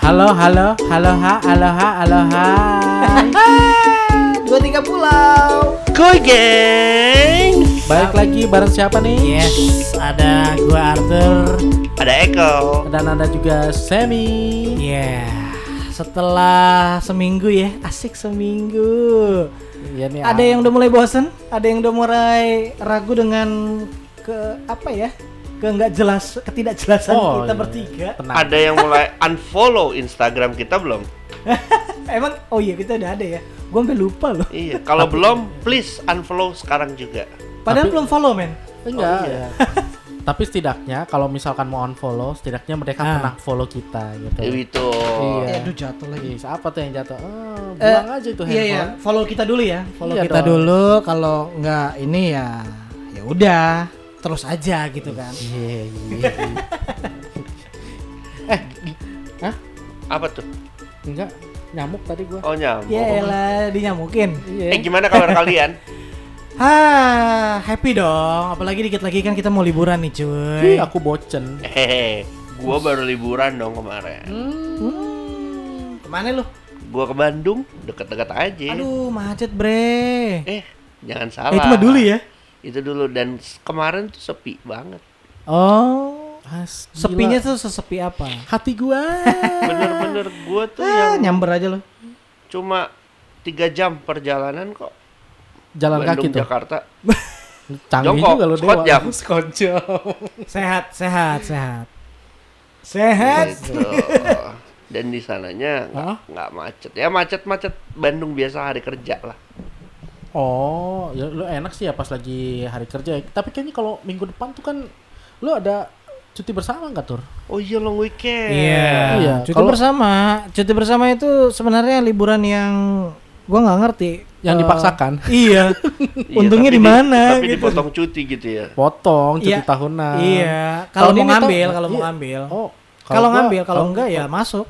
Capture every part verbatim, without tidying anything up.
Halo, halo, halo, ha, halo, ha, halo, hai. Dua tiga pulau. Koi geng. Balik lagi bareng siapa nih? Yes, ada gua Arthur. Ada Eko. Dan ada juga Semi. Yeah. Setelah seminggu ya, asik seminggu. Iya nih. Ada yang udah mulai bosen, ada yang udah mulai ragu dengan ke apa ya? Ke nggak jelas, ketidakjelasan Oh, kita iya. bertiga. Tenang. Ada yang mulai unfollow Instagram kita belum? Emang oh iya kita udah ada ya. Gua sampai lupa loh. Iya. Kalau belum, please unfollow sekarang juga. Padahal Tapi- belum follow men. Enggak. Oh, iya. Tapi setidaknya kalau misalkan mau unfollow, setidaknya mereka Ah. pernah follow kita gitu. Itu. Iya. Eh, aduh jatuh lagi. Ih, apa tuh yang jatuh? Oh, Eh, buang aja itu Iya iya, handphone. follow kita dulu ya. Follow Iya kita dong. dulu. Kalau nggak ini ya, ya udah, terus aja gitu kan. Iya, iya. eh, hah? Apa tuh? Enggak, nyamuk tadi gua. Oh nyamuk. Ya elah, dinyamukin. Iya. Eh gimana kabar kalian? Hah, happy dong. Apalagi dikit lagi kan kita mau liburan nih cuy. Ih, aku bocen. Hehehe. Gua baru liburan dong kemarin. Hmm, kemana lu? Gua ke Bandung, deket-deket aja. Aduh, macet bre. Eh, jangan Eh, salah. itu mah dulu ya. Itu dulu dan s- kemarin tuh sepi banget. Oh, As, gila. sepinya tuh sesepi apa? hati gua. Bener-bener gua tuh Ah, yang nyamber aja lu. cuma tiga jam perjalanan kok. Jalan Bandung kaki tuh. Jakarta. Canggih Jongkok, juga lo squat dewa. jam. Squat jam. Sehat, sehat, sehat. Sehat. Gitu. Dan di sananya nggak Hah? nggak macet. Ya macet-macet Bandung biasa hari kerja lah. Oh, ya lu enak sih ya pas lagi hari kerja. Tapi kayaknya kalau minggu depan tuh kan lu ada cuti bersama nggak, Tur? Oh iya long weekend. Iya. Iya, Cuti kalau- bersama, cuti bersama itu sebenarnya liburan yang gua nggak ngerti. Yang Eh, dipaksakan. Iya. Iya, Untungnya tapi di mana Tapi gitu. dipotong cuti gitu ya. Potong cuti Iya. tahunan. Iya. Kalau Tahun mau ini ngambil, tau- kalau mau iya. ngambil. Oh, Kalau gua- ngambil, kalau enggak ya masuk.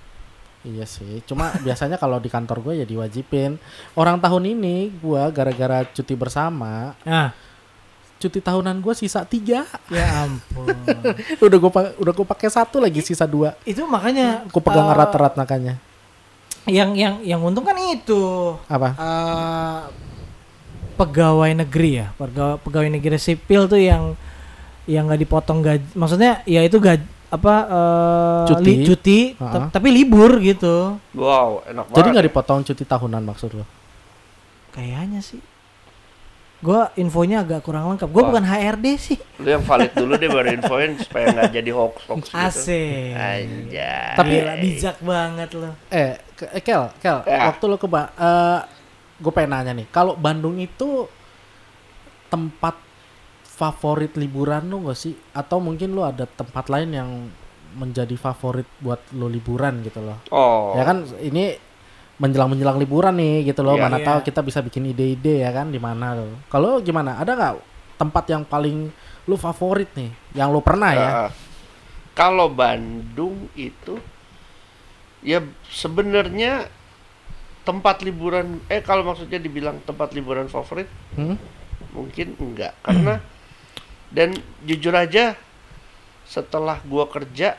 Iya sih. Cuma biasanya kalau di kantor gue ya diwajibin. Orang tahun ini gua gara-gara cuti bersama, Nah, cuti tahunan gua sisa tiga. ya ampun. udah gua pa- udah gua pakai satu lagi sisa dua. Itu makanya Gua pegang eh, erat-erat makanya. yang yang yang untung kan itu Apa? eh, pegawai negeri ya, pegawai, pegawai negeri sipil tuh yang yang nggak dipotong gaji, maksudnya ya itu gaji apa eh, Cuti. li- cuti Ha-ha. ta- tapi libur gitu. Wow, enak banget. Jadi nggak dipotong cuti tahunan maksud lo? Kayaknya sih. Gua infonya agak kurang lengkap. Gua Wah. bukan H R D sih. Lu yang valid dulu deh baru infoin supaya nggak jadi hoax-hoax gitu. Asik. Anjay. Tapi- Gila, bijak banget loh. Eh, ke- eh, Kel, Kel, Ya. waktu lo ke ba- eh gue pengen nanya nih, kalau Bandung itu tempat favorit liburan lo gak sih? Atau mungkin lo ada tempat lain yang menjadi favorit buat lo liburan gitu loh? Oh. Ya kan ini menjelang-menjelang liburan nih gitu loh, Iya. mana Iya. tahu kita bisa bikin ide-ide ya kan di mana lo. Kalau gimana? Ada nggak tempat yang paling lo favorit nih, yang lo pernah ya? Ah, kalau Bandung itu ya sebenarnya tempat liburan eh kalau maksudnya dibilang tempat liburan favorit Hmm? mungkin enggak karena dan jujur aja setelah gua kerja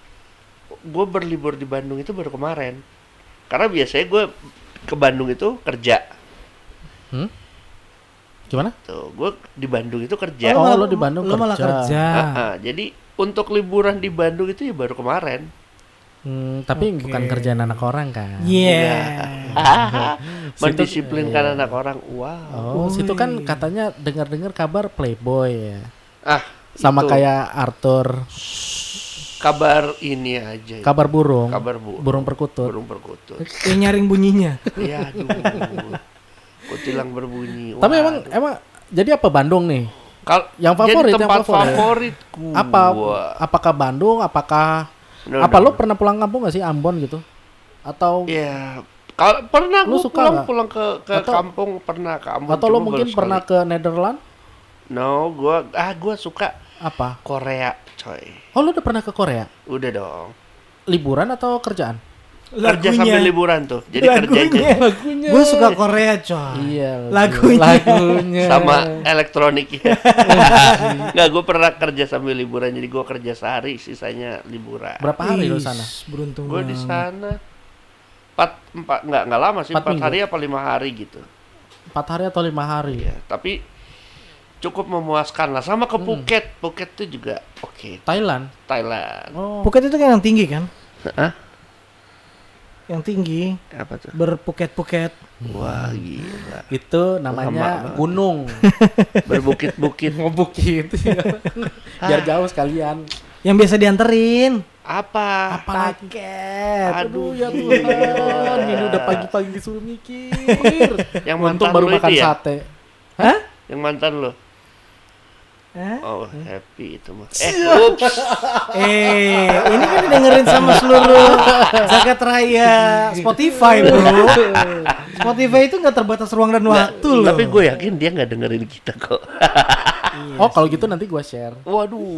gua berlibur di Bandung itu baru kemarin karena biasanya gua ke Bandung itu kerja Hmm? Gimana? tuh gua di Bandung itu kerja. Oh, malah- lo di Bandung lo malah kerja. kerja. Ah, ah, jadi untuk liburan di Bandung itu ya baru kemarin. Hmm, tapi Oke. bukan kerjaan anak orang kan? Iya. Situ- Mendisiplinkan iya. anak orang. Wow. Oh, situ kan Wih. katanya dengar-dengar kabar playboy ya. Ah, Sama itu kayak Arthur, kabar ini aja. itu. kabar burung, Kabar bu. burung perkutut. Burung perkutut. Yang nyaring bunyinya. Iya, aduh. Kutilang berbunyi. Tapi Waduh. emang emang jadi apa Bandung nih? Kal- yang favorit, jadi yang tempat favorit. favoritku. Apa apakah Bandung, apakah No, apa no, lo no. pernah pulang kampung gak sih Ambon gitu? Atau Iya. Kalau pernah Lu gua suka pulang nggak? pulang ke ke Atau- kampung pernah ke Ambon. atau lo cuma mungkin baru pernah sekali. ke Netherlands? No, gua ah gua suka Apa? Korea, coy. Oh, lo udah pernah ke Korea? Udah dong. Liburan atau kerjaan? kerja Lagunya. sambil liburan tuh. Jadi kerjanya Lagunya. Gue suka Korea coy. Iya. Lagunya. Lagunya. sama elektronik ya. Nggak, gue pernah kerja sambil liburan. Jadi gue kerja sehari, sisanya liburan. Berapa hari lo Is, sana? Beruntung Gue di banget. sana empat empat nggak nggak lama sih, Empat empat minggu. hari apa lima hari gitu. Empat hari atau lima hari? Ya, tapi cukup memuaskan lah. Sama ke Hmm. Phuket, Phuket tuh juga oke. Thailand. Thailand. Oh. Phuket itu kan yang tinggi kan? Hah? Yang tinggi, Apa tuh? berpuket-puket. Wah gila. Itu Lama namanya banget. gunung. Berbukit-bukit. Ngebukit. Biar jauh sekalian. Yang biasa dianterin. Apa? Apa lagi? Paket. Aduh ya gila. Tuhan, ini udah pagi-pagi disuruh mikir. Yang Untung mantan baru lu makan itu ya? sate. Hah? Yang mantan lo? Hah? Oh happy itu mah. Eh ups. Eh, ini kan didengerin sama seluruh jagat raya Spotify, bro. Spotify itu nggak terbatas ruang dan waktu loh. Tapi gue yakin dia nggak dengerin kita kok. Oh, kalau gitu nanti gua share. Waduh.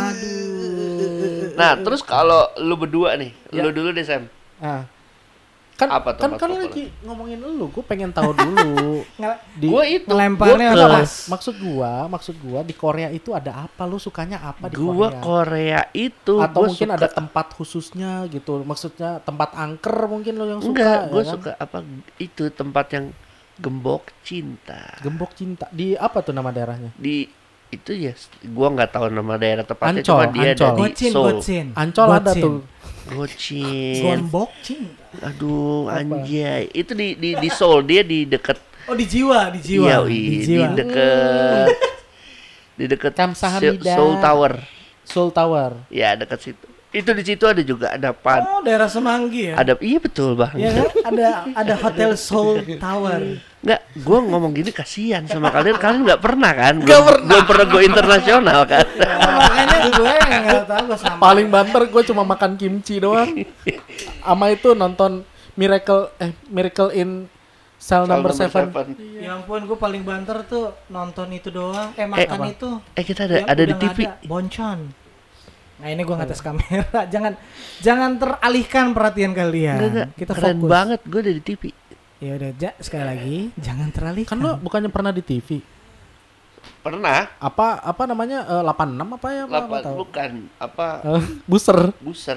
Aduh. Nah terus kalau lu berdua nih, Ya. lu dulu deh Sam. Ah. Kan Apa tuh kan tempat kan favorit? lagi ngomongin lu, gua pengen tahu dulu. Nggak- Di, Gue itu. Ngelemparnya gua apa, ke- Mas? maksud gua, maksud gua di Korea itu ada apa? Lu sukanya apa di Gua Korea? Korea itu. Atau gua mungkin suka- ada tempat khususnya gitu. Maksudnya tempat angker mungkin lo yang suka. Enggak, ya gue kan? suka apa itu tempat yang gembok cinta. Gembok cinta. Di apa tuh nama daerahnya? Di itu ya, gua nggak tahu nama daerah tepatnya, Ancol, cuma dia Ancol. ada di Gocin, Seoul. gocin. Ancol ada Gocin. tuh. Gocin. Gombok cinta. Aduh, Apa? anjay. Itu di di di Seoul, dia di deket. Oh, di jiwa, di jiwa. Iya, di di, jiwa. deket. Di deket Kamsahamnida. Se- Seoul Tower. Seoul Tower. Ya, deket situ. Itu di situ ada juga ada pan. Oh, daerah Semanggi ya. Ada iya betul bang. Iya kan? Ada ada Hotel Seoul Tower. Nggak, gue ngomong gini kasihan sama kalian. Kalian nggak pernah kan? Gak pernah. Belum pernah go internasional kan? Nah, makanya gue nggak tahu gue sama. Paling banter gue cuma makan kimchi doang. Ama itu nonton Miracle eh Miracle in Cell Number Seven. Ya ampun, gue paling banter tuh nonton itu doang. Eh makan apa? itu. Eh kita ada Yang ada di udah T nggak V. ada, Boncon. Nah ini gue ngetes kamera. Jangan jangan teralihkan perhatian kalian. Enggak, enggak. Kita Keren fokus. banget gue ada di T V. Ya udah, Ja, sekali lagi jangan teralihkan. Kan lo bukannya pernah di T V? Pernah. Apa apa namanya eh, delapan puluh enam apa ya? Apa, Lapan, apa tahu? bukan apa Eh, Buser. buser.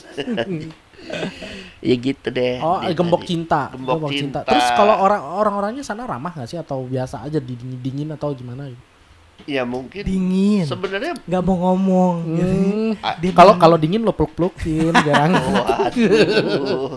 Ya gitu deh. Oh, dia gembok tadi. cinta. Gembok cinta. Terus kalau orang orang-orangnya sana ramah nggak sih atau biasa aja dingin dingin atau gimana gitu? Ya mungkin. Dingin. Sebenarnya Nggak mau ngomong. gitu. Hmm, Ah, Dia Kalau bilang, kalau dingin lo peluk-pelukin jarang. waduh,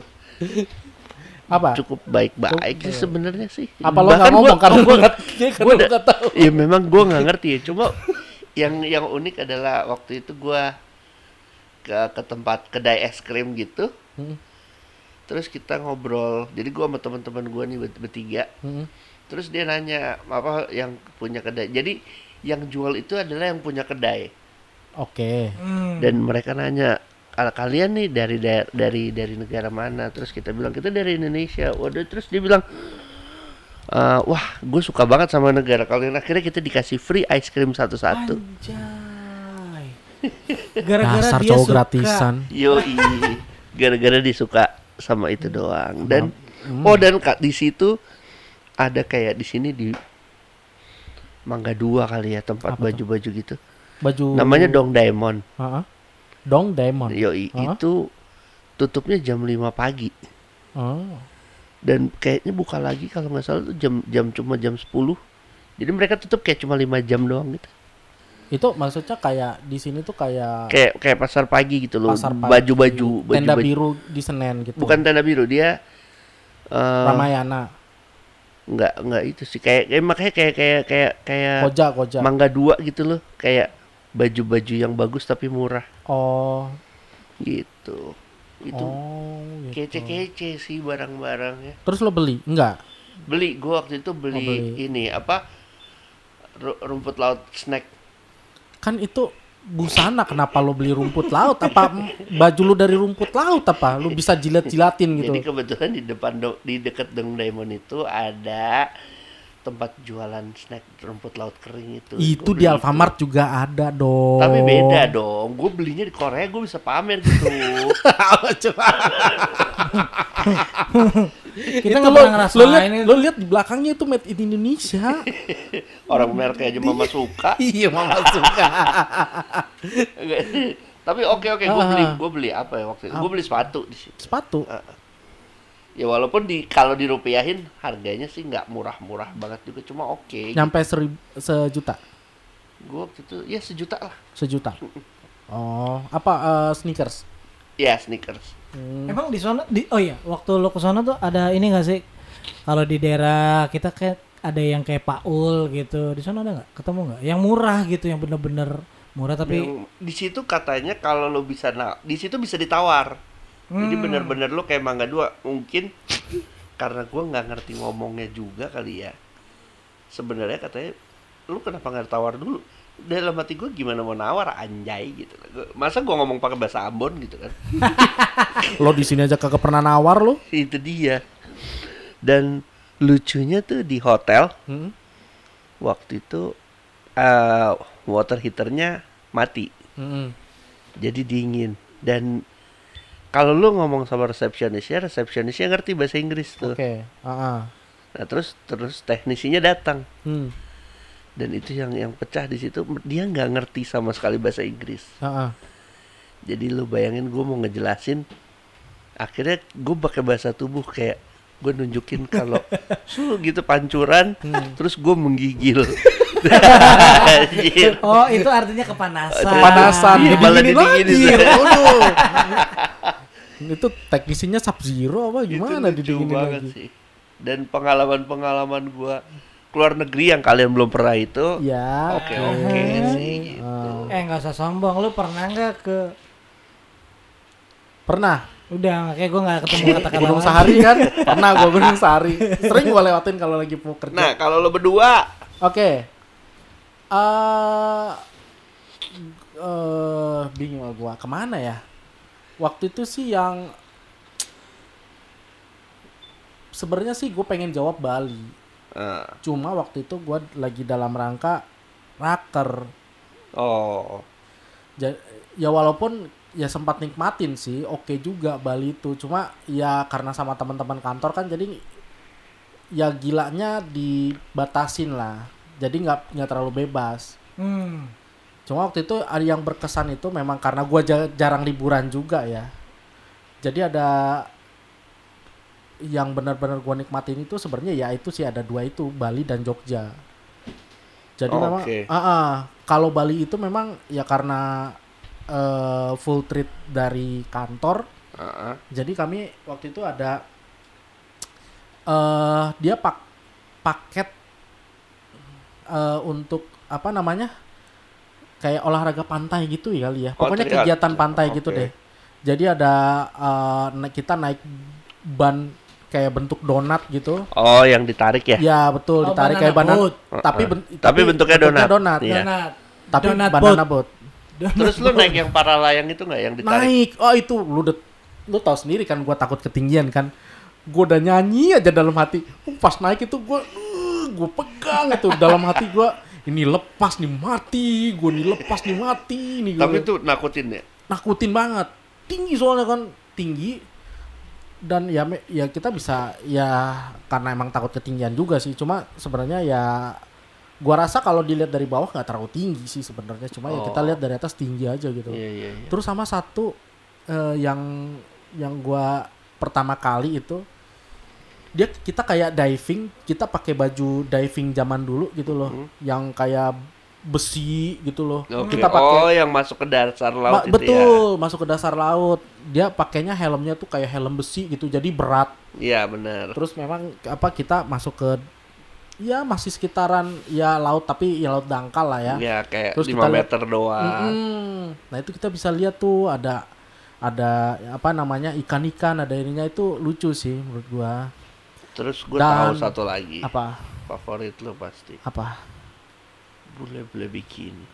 Apa? cukup baik-baik sih sebenarnya sih. Apa lo nggak Bahkan ngomong gua- karena gua- lo nggak karena gua lo ada- nggak tahu? Ya memang gue nggak ngerti ya. Cuma yang yang unik adalah waktu itu gue ke ke tempat kedai es krim gitu. Hmm. Terus kita ngobrol. Jadi gue sama teman-teman gue nih ber- bertiga. Hmm. Terus dia nanya apa yang punya kedai. Jadi yang jual itu adalah yang punya kedai. Oke. Hmm. Dan mereka nanya, "Kalau kalian nih dari da- dari dari negara mana?" Terus kita bilang kita dari Indonesia. Waduh, terus dia bilang, "Eh, wah, gue suka banget sama negara kalian." Akhirnya kita dikasih free ice cream satu-satu. Anjay. Gara-gara Dasar dia cowok suka. gratisan. Yoi, gara-gara dia suka sama itu doang. Dan Hmm. oh dan kak di situ ada kayak di sini di Mangga Dua kali ya tempat Apa tuh? baju-baju gitu. Baju. Namanya Dong Diamond. Ha-ha. Dong Diamond. Yoi, Hah? itu tutupnya jam lima pagi. Oh. Dan kayaknya buka lagi kalau nggak salah tuh jam jam cuma jam sepuluh. Jadi mereka tutup kayak cuma lima jam doang gitu. Itu maksudnya kayak di sini tuh kayak Kayak kayak pasar pagi gitu loh. pasar pagi, Baju-baju, tenda baju-baju. biru di Senen gitu. Bukan tenda biru, dia eh Ramayana, nggak nggak itu sih kayak, kayak makanya kayak kayak kayak kayak Koja, Koja. Mangga Dua gitu loh, kayak baju-baju yang bagus tapi murah Oh. gitu. Itu Oh, gitu. kece-kece sih barang-barangnya. Terus lo beli? Enggak. Beli, gua waktu itu beli, Oh, beli. ini apa ru- rumput laut snack. Kan itu busana, kenapa lo beli rumput laut? Apa m- baju lo dari rumput laut apa? Lo bisa jilat-jilatin gitu. Jadi kebetulan di depan do- di dekat Dong Diamond itu ada tempat jualan snack rumput laut kering itu. Itu Gua di beli Alfamart juga ada dong. Tapi beda dong. Gue belinya di Korea, gue bisa pamer gitu. Coba. Kita Itu nggak lo, pernah ngerasain lo lihat, itu. lo lihat di belakangnya itu made in Indonesia. Orang mereknya aja mama suka. Iya, mama suka. Enggak. Tapi oke oke, gue beli Ah. gue beli apa ya waktu itu? Gue beli sepatu di situ. Sepatu. Ya walaupun di kalau dirupiahin harganya sih nggak murah-murah banget juga, cuma oke. Nyampe seribu, sejuta. Gue waktu itu ya sejuta lah. Sejuta. Oh, apa eh, sneakers? Ya sneakers. Hmm. Emang di sana di oh iya, waktu lo ke sana tuh ada ini enggak sih? Kalau di daerah kita kayak ada yang kayak Paul gitu. Di sana ada nggak? Ketemu nggak? Yang murah gitu, yang bener-bener murah tapi Yang di situ katanya kalau lo bisa nah di situ bisa ditawar. Jadi Hmm. bener-bener lo kayak Mangga Dua mungkin karena gue nggak ngerti ngomongnya juga kali ya. Sebenarnya katanya lu kenapa nggak tawar dulu? Dalam hati gue gimana mau nawar anjay gitu. Gua- Masa gue ngomong pakai bahasa Ambon gitu kan? Lo di sini aja kagak pernah nawar lo. Itu dia. Dan lucunya tuh di hotel Hmm. waktu itu uh, water heaternya mati. Hmm. Jadi dingin. Dan kalau lu ngomong sama resepsionisnya, resepsionisnya ngerti bahasa Inggris tuh. Oke. Ah. Nah terus terus teknisinya datang. Hmm. Dan itu yang yang pecah di situ, dia nggak ngerti sama sekali bahasa Inggris. Ah. Jadi lu bayangin gue mau ngejelasin, akhirnya gue pakai bahasa tubuh kayak gue nunjukin kalau su gitu pancuran, terus gue menggigil. Anjir. oh itu artinya kepanasan. Kepanasan. Iya, malah Didinginin didinginin. lagi. Waduh. Itu teknisinya Sub Zero apa gimana Itu lucu didinginin banget lagi? sih. Dan pengalaman-pengalaman gue keluar negeri yang kalian belum pernah itu, Ya. oke oke sih. Gitu. Ah. Eh nggak usah sombong, lu pernah nggak ke Pernah. udah kayak gue nggak ketemu kata-kata Gunung lagi. Sahari kan? Pernah gua Gunung Sahari. Sering gua lewatin kalau lagi mau kerja. Nah kalau lo berdua, Oke. Eh eh bingung lah gua kemana ya? Waktu itu sih yang sebenarnya sih gue pengen jawab Bali. eh, Cuma waktu itu gua lagi dalam rangka raker. oh Ja- ya walaupun ya sempat nikmatin sih, oke juga Bali itu. Cuma ya karena sama teman-teman kantor kan jadi ya gilanya dibatasin lah. Jadi nggak nggak terlalu bebas. Hmm. Cuma waktu itu ada yang berkesan itu memang karena gua ja- jarang liburan juga ya. Jadi ada yang benar-benar gua nikmatin itu sebenarnya ya itu sih ada dua itu, Bali dan Jogja. Jadi Oh, memang oke. ah, ah, kalau Bali itu memang ya karena eh, full treat dari kantor. uh-uh. Jadi kami waktu itu ada eh dia pak paket eh, untuk apa namanya? Kayak olahraga pantai gitu ya kali ya. Oh, Pokoknya triat. kegiatan pantai gitu Oke. deh. Jadi ada eh, na- kita naik ban kayak bentuk donat gitu. Oh yang ditarik ya? Ya betul, Oh, ditarik banana kayak banana. boat. Tapi Uh-uh. ben- Tapi bentuknya donat. Iya. Donat. Tapi Donat banana boat. boat. Terus lu naik yang para layang itu nggak yang ditarik? Naik. Oh itu lu udah lu tahu sendiri kan gua takut ketinggian kan. Gua udah nyanyi aja dalam hati. Uh, Pas naik itu gua uh, gua pegang itu dalam hati gua ini lepas nih mati, gua nih lepas nih mati nih. Tapi gua. itu nakutin ya? Nakutin banget. Tinggi soalnya kan, tinggi. Dan ya me- ya kita bisa ya karena emang takut ketinggian juga sih. Cuma sebenarnya ya gua rasa kalau dilihat dari bawah nggak terlalu tinggi sih sebenarnya. Cuma ya kita Oh. lihat dari atas tinggi aja gitu. Iya iya iya. Terus sama satu eh, yang yang gua pertama kali itu dia kita kayak diving, kita pakai baju diving zaman dulu gitu loh, Hmm. yang kayak besi gitu loh. Oke. Kita pakai Oh yang masuk ke dasar laut Ma- itu betul, masuk ke dasar laut. Dia pakainya helmnya tuh kayak helm besi gitu, jadi berat. ya? Iya benar. Terus memang apa kita masuk ke ya masih sekitaran ya laut tapi ya laut dangkal lah ya. Ya kayak Terus lima kita lihat- meter doang. Mm-mm. Nah itu kita bisa lihat tuh ada ada apa namanya ikan-ikan, ada ininya, itu lucu sih menurut gua. Terus gue Dan- tahu satu lagi. Apa Favorit lu pasti. apa? Bule-bule bikini.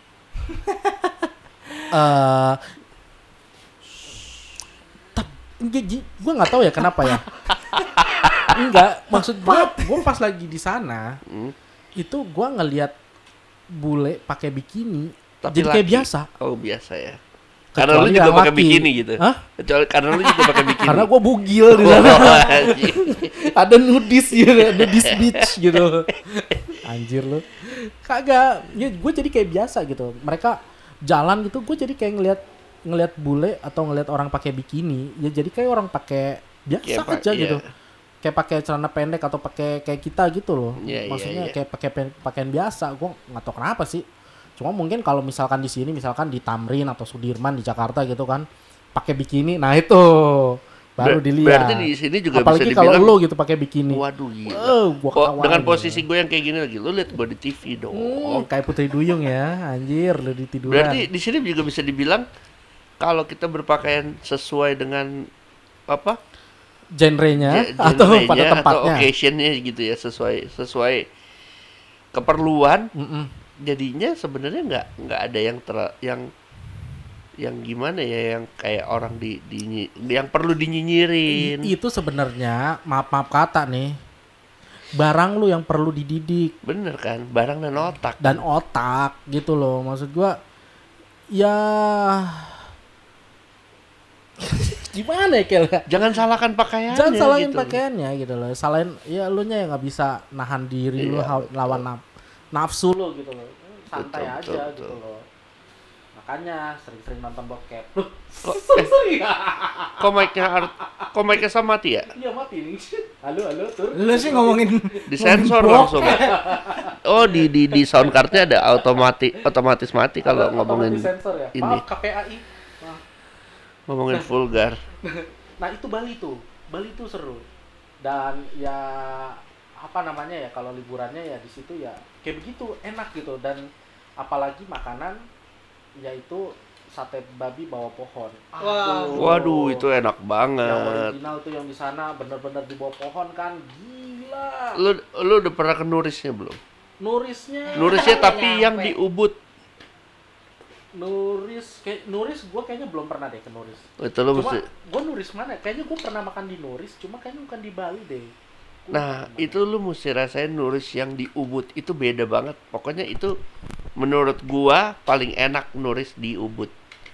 Eh tap- gi- gi- gua nggak tahu ya kenapa ya. Enggak, maksud gua, gua pas lagi di sana, Hmm. itu gua ngelihat bule pakai bikini, Tapi jadi kayak laki. biasa. Oh biasa ya. Karena lu Kecuali juga yang pakai laki. bikini gitu. Hah? Kecuali karena lu juga pakai bikini. Karena gua bugil di Oh, sana. anjing. Ada nudis gitu, nudis beach gitu. Anjir lu. Kagak, ya gue jadi kayak biasa gitu. Mereka jalan gitu, gue jadi kayak ngelihat ngelihat bule atau ngelihat orang pakai bikini, ya jadi kayak orang pakai biasa Kayak pak- aja iya. gitu. Kayak pakai celana pendek atau pakai kayak kita gitu loh. Iya, iya, Maksudnya iya. kayak pakai pen- pakaian biasa. Gue nggak tahu kenapa sih. Cuma mungkin kalau misalkan di sini, misalkan di Tamrin atau Sudirman di Jakarta gitu kan, pakai bikini, nah itu baru Ber- dilihat. Berarti di sini juga Apalagi bisa kalau dibilang. lu gitu pakai bikini. Waduh gila. Eh, gua Kok ketawain dengan gitu. posisi gue yang kayak gini lagi, lu lihat gue di T V dong. Hmm, kayak Putri Duyung ya, anjir lu di tiduran. Berarti di sini juga bisa dibilang kalau kita berpakaian sesuai dengan apa? genrenya ge- atau genrenya pada atau tempatnya. occasionnya gitu ya, sesuai sesuai keperluan. Mm-mm. Jadinya sebenarnya nggak nggak ada yang ter yang yang gimana ya, yang kayak orang di, di yang perlu dinyinyirin. I- itu sebenarnya maaf maaf kata nih, barang lu yang perlu dididik Bener kan, barang dan otak. dan otak gitu loh. Maksud gua ya gimana ya Kel? Jangan salahkan pakaiannya. Jangan salahin gitu. pakaiannya gitu loh. Salahin ya lu nya yang nggak bisa nahan diri lu Iya, ha- betul. lawan naf- nafsu lu gitu loh. Santai Betul, aja betul, gitu betul. loh. Makanya sering-sering nonton bokep. Loh, Kok, eh, sering. kok mic-nya art- kok mic-nya sama mati ya? Iya mati nih. Halo halo tur. Lu sih ngomongin Disensor ngomongin langsung. Oh, di di di sound card-nya ada otomatis otomatis mati kalau ngomongin Otomatis sensor ya. ini. Maaf K P A I. Nah, ngomongin vulgar. nah itu Bali tuh. Bali tuh seru. Dan ya apa namanya ya, kalau liburannya ya di situ ya kayak begitu, enak gitu. Dan apalagi makanan yaitu sate babi bawah pohon. Aduh. Waduh, itu enak Yang banget. original tuh yang di sana bener-bener di bawah pohon kan, gila. Lu lu udah pernah ke Nurisnya belum? Nurisnya. Nurisnya tapi nyampe. yang di Ubud. Nuris, kayak Nuris gue kayaknya belum pernah deh ke Nuris. Itu lu Cuma mesti. gue Nuris mana? Kayaknya gue pernah makan di Nuris, cuma kayaknya bukan di Bali deh. Gua Nah, lupa itu lu mesti rasain Nuris yang di Ubud. Itu beda banget. Pokoknya itu menurut gua paling enak Nuris di Ubud.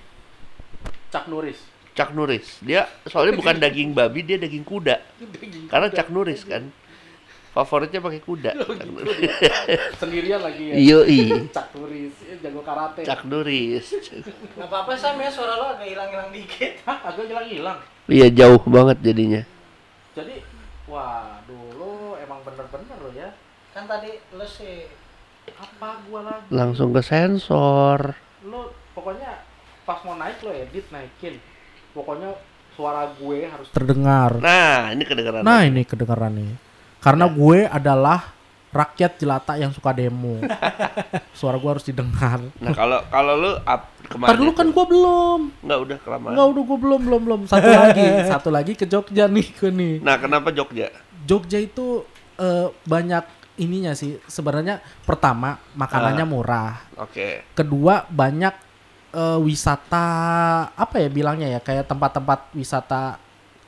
mana. Cak Nuris. Cak Nuris. Dia soalnya bukan daging babi, dia daging kuda. Karena Cak Nuris kan favoritnya pakai kuda. Cak Nuris. Sendirian lagi ya. Yoi. Cak Nuris, eh, jago karate. Cak Nuris. Nggak apa-apa Sam ya, suara lo agak hilang-hilang dikit. Hah, agak hilang-hilang. Iya, jauh banget jadinya. Jadi, wah, dulu emang bener-bener lo ya. Kan tadi lo sih Apa gua lagi? Langsung ke sensor. Lo pokoknya pas mau naik lo edit naikin. Pokoknya suara gue harus terdengar. Nah, ini kedengeran. Nah ini kedengeran nih. Karena gue adalah rakyat jelata yang suka demo. Suara gue harus didengar. Nah, kalau kalau lu up kemana? Ntar dulu kan gue belum. Enggak, udah kelamaan. Enggak, udah gue belum, belum, belum. Satu lagi, satu lagi ke Jogja nih gue nih. Nah, kenapa Jogja? Jogja itu eh, banyak ininya sih. Sebenarnya pertama makanannya Ah. murah. Oke. Kedua banyak eh, wisata apa ya bilangnya ya, kayak tempat-tempat wisata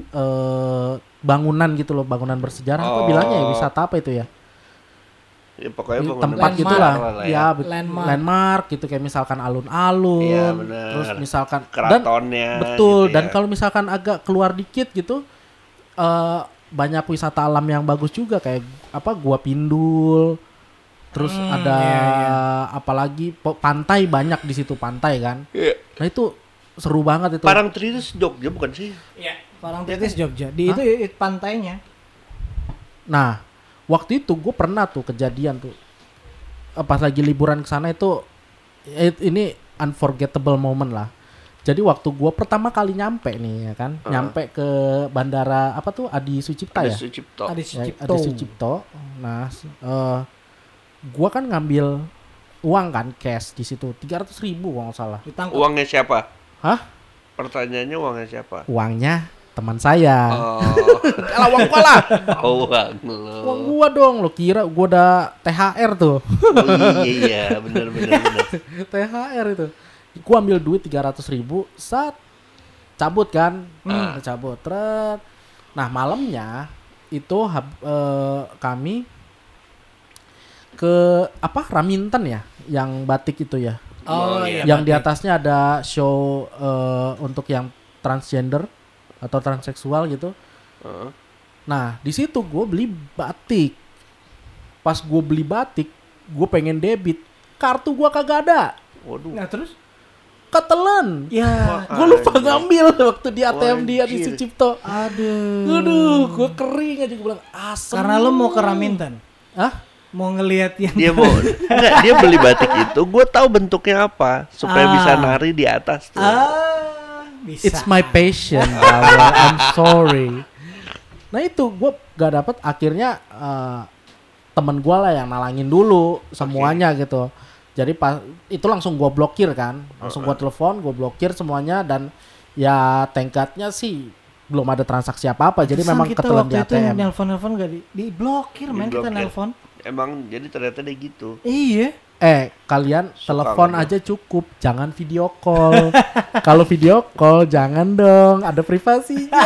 eh, bangunan gitu loh, bangunan bersejarah apa Oh. bilangnya ya, wisata apa itu ya? Ya, pokoknya bangunan Tempat Landmark gitulah. lah Ya, bet- Landmark. landmark gitu, kayak misalkan alun-alun. Iya, benar. Terus misalkan dan Keratonnya. betul, gitu dan ya. kalau misalkan agak keluar dikit gitu eh banyak wisata alam yang bagus juga, kayak apa Gua Pindul. Terus Hmm, ada iya, iya. apalagi po- pantai, banyak di situ pantai kan. Iya. Nah itu seru banget itu. Parangtritis Jogja bukan sih? Iya, Parangtritis Jogja. Di itu i- pantainya. Nah, waktu itu gue pernah tuh kejadian tuh. Eh, Pas lagi liburan ke sana itu eh, ini unforgettable moment lah. Jadi waktu gue pertama kali nyampe nih ya kan, Heeh. nyampe ke bandara apa tuh Adi Sucipta Ada ya? Sucipto. Ada Ya, Sucipto. Adi Sucipto. Nah, s- eh gue kan ngambil uang kan cash di situ tiga ratus ribu kalau nggak salah. Ditangkap. Uangnya siapa? Hah? Pertanyaannya uangnya siapa? Uangnya teman saya. Oh, Alah, uang gua lah. oh uang lo. Uang gua dong. Lo kira gua udah T H R tuh. Oh, iya, iya, benar benar benar. T H R itu. Gua ambil duit tiga ratus ribu, saat cabut kan, Hmm. cabut, tret. Nah malamnya itu hab- eh, kami ke apa Raminten ya, yang batik itu ya. Oh iya. Yang di batik. atasnya ada show eh, untuk yang transgender atau transseksual gitu. Heeh. Nah di situ gue beli batik. Pas gue beli batik, gue pengen debit, kartu gue kagak ada, Waduh. Nah terus? ketelan. Ya. Gue lupa Anjir. ngambil waktu di A T M dia di Anjir. Sucipto. Aduh. Aduh, gue kering aja, gue bilang asem. Karena lo mau ke Raminten, Hah? mau ngelihat yang Dia mau enggak, dia beli batik itu, gue tahu bentuknya apa supaya Ah. bisa nari di atas tuh. ah bisa. It's my passion, brother. I'm sorry. Nah itu gue gak dapet, akhirnya eh, temen gue lah yang nalangin dulu semuanya gitu. Jadi pas itu langsung gue blokir kan, langsung gue telepon, gue blokir semuanya, dan ya tengkatnya sih belum ada transaksi apa apa. Jadi Pantesan memang kita ketelan waktu di A itu T M. nelpon-nelpon gak di, diblokir, men kita Diblokir. nelpon. Emang jadi ternyata dia gitu. Iya. Eh kalian Suka telepon ngomong. aja cukup, jangan video call. Kalau video call jangan dong, ada privasinya.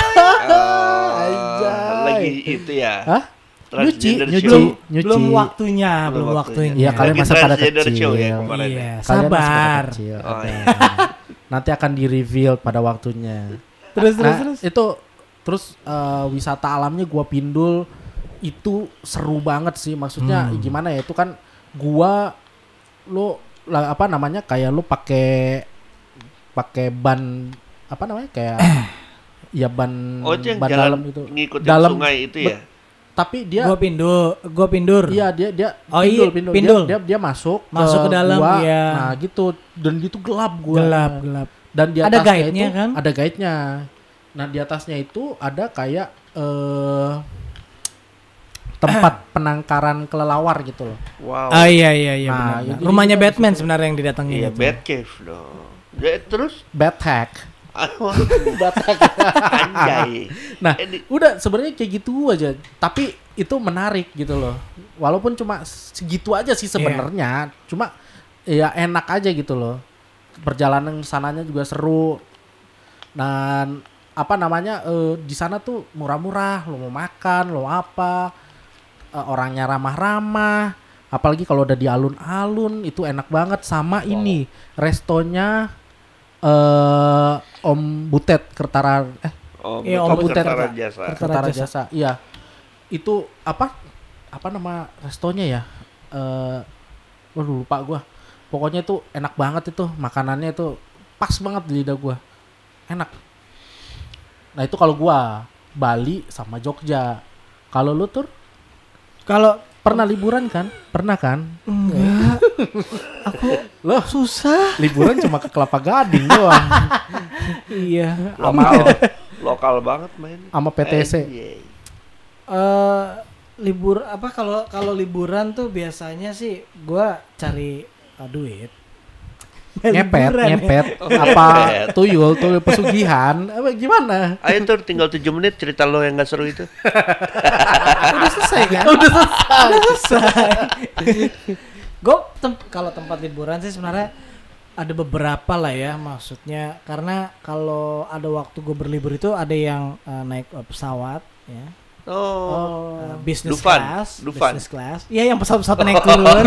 Oh, Anjay. lagi itu ya. Hah? Nyuci, Transgender nyuci, show. nyuci. Belum waktunya, Belum belum waktunya. waktunya. Iya, kalian Lagi masih pada transgender kecil. show ya kemarin. Iya, Kalian masih pada sabar. kecil. Oh, Ada. iya. Nanti akan di reveal pada waktunya. Terus terus Nah, terus. itu terus eh, wisata alamnya gua Pindul itu seru banget sih. Maksudnya Hmm. gimana ya? Itu kan gua lu lah, apa namanya? Kayak lu pakai pakai ban apa namanya? Kayak ya ban Oh, itu yang ban jalan dalam itu. ngikutin Dalam, sungai itu ya. bet- Tapi dia Gua pindur, gua pindur. iya dia dia Oh, pindul, iya, pindul. pindul. Dia, dia dia masuk Masuk ke dalam, gua, iya. Nah, gitu, dan gitu gelap gua. Gelap, gelap. Dan di Ada atasnya guide-nya itu kan? ada guide-nya. Nah, di atasnya itu ada kayak eh tempat penangkaran kelelawar gitu loh. Wow. Ah iya iya iya Nah, benar, itu benar. Rumahnya juga Batman disitu. sebenarnya yang didatengin Iya, itu. Batcave dong. Ya, terus Bad hack. anjay. Nah, Eh, di- udah sebenarnya kayak gitu aja. Tapi itu menarik gitu loh. Walaupun cuma segitu aja sih sebenarnya. Cuma ya enak aja gitu loh. Perjalanan sananya juga seru. Dan apa namanya eh, di sana tuh murah-murah. Lo mau makan, lo apa, eh, orangnya ramah-ramah. Apalagi kalau udah di alun-alun itu enak banget. Sama ini restonya eh Om Butet Kertara eh Oh, Iya, betul, Om Butet. Kertara Jasa. Kertara Kertara Jasa. Jasa. Iya. Itu apa? Apa nama restonya ya? Eh waduh lupa gua. Pokoknya itu enak banget itu, makanannya itu pas banget di lidah gua. Enak. Nah, itu kalau gua Bali sama Jogja. Kalau lu Tur Kalau pernah liburan kan? Pernah kan? enggak, aku Loh, susah. liburan cuma ke Kelapa Gading doang Iya. Lokal, lokal banget main. sama P T S. Anjay. Eh libur apa kalau kalau liburan tuh biasanya sih gua cari uh, duit. Ngepet, Liburan ya. ngepet, apa tuyul, tuyul pesugihan, apa gimana? Ayo Tur, tinggal tujuh menit cerita lo yang gak seru itu. Udah selesai kan? Udah selesai. Udah selesai. Gue tem- kalau tempat liburan sih sebenarnya ada beberapa lah ya, maksudnya karena kalau ada waktu gue berlibur itu ada yang uh, naik uh, pesawat ya, Oh. uh, business Dufan, class, Dufan. business class, iya yang pesawat-pesawat naik turun.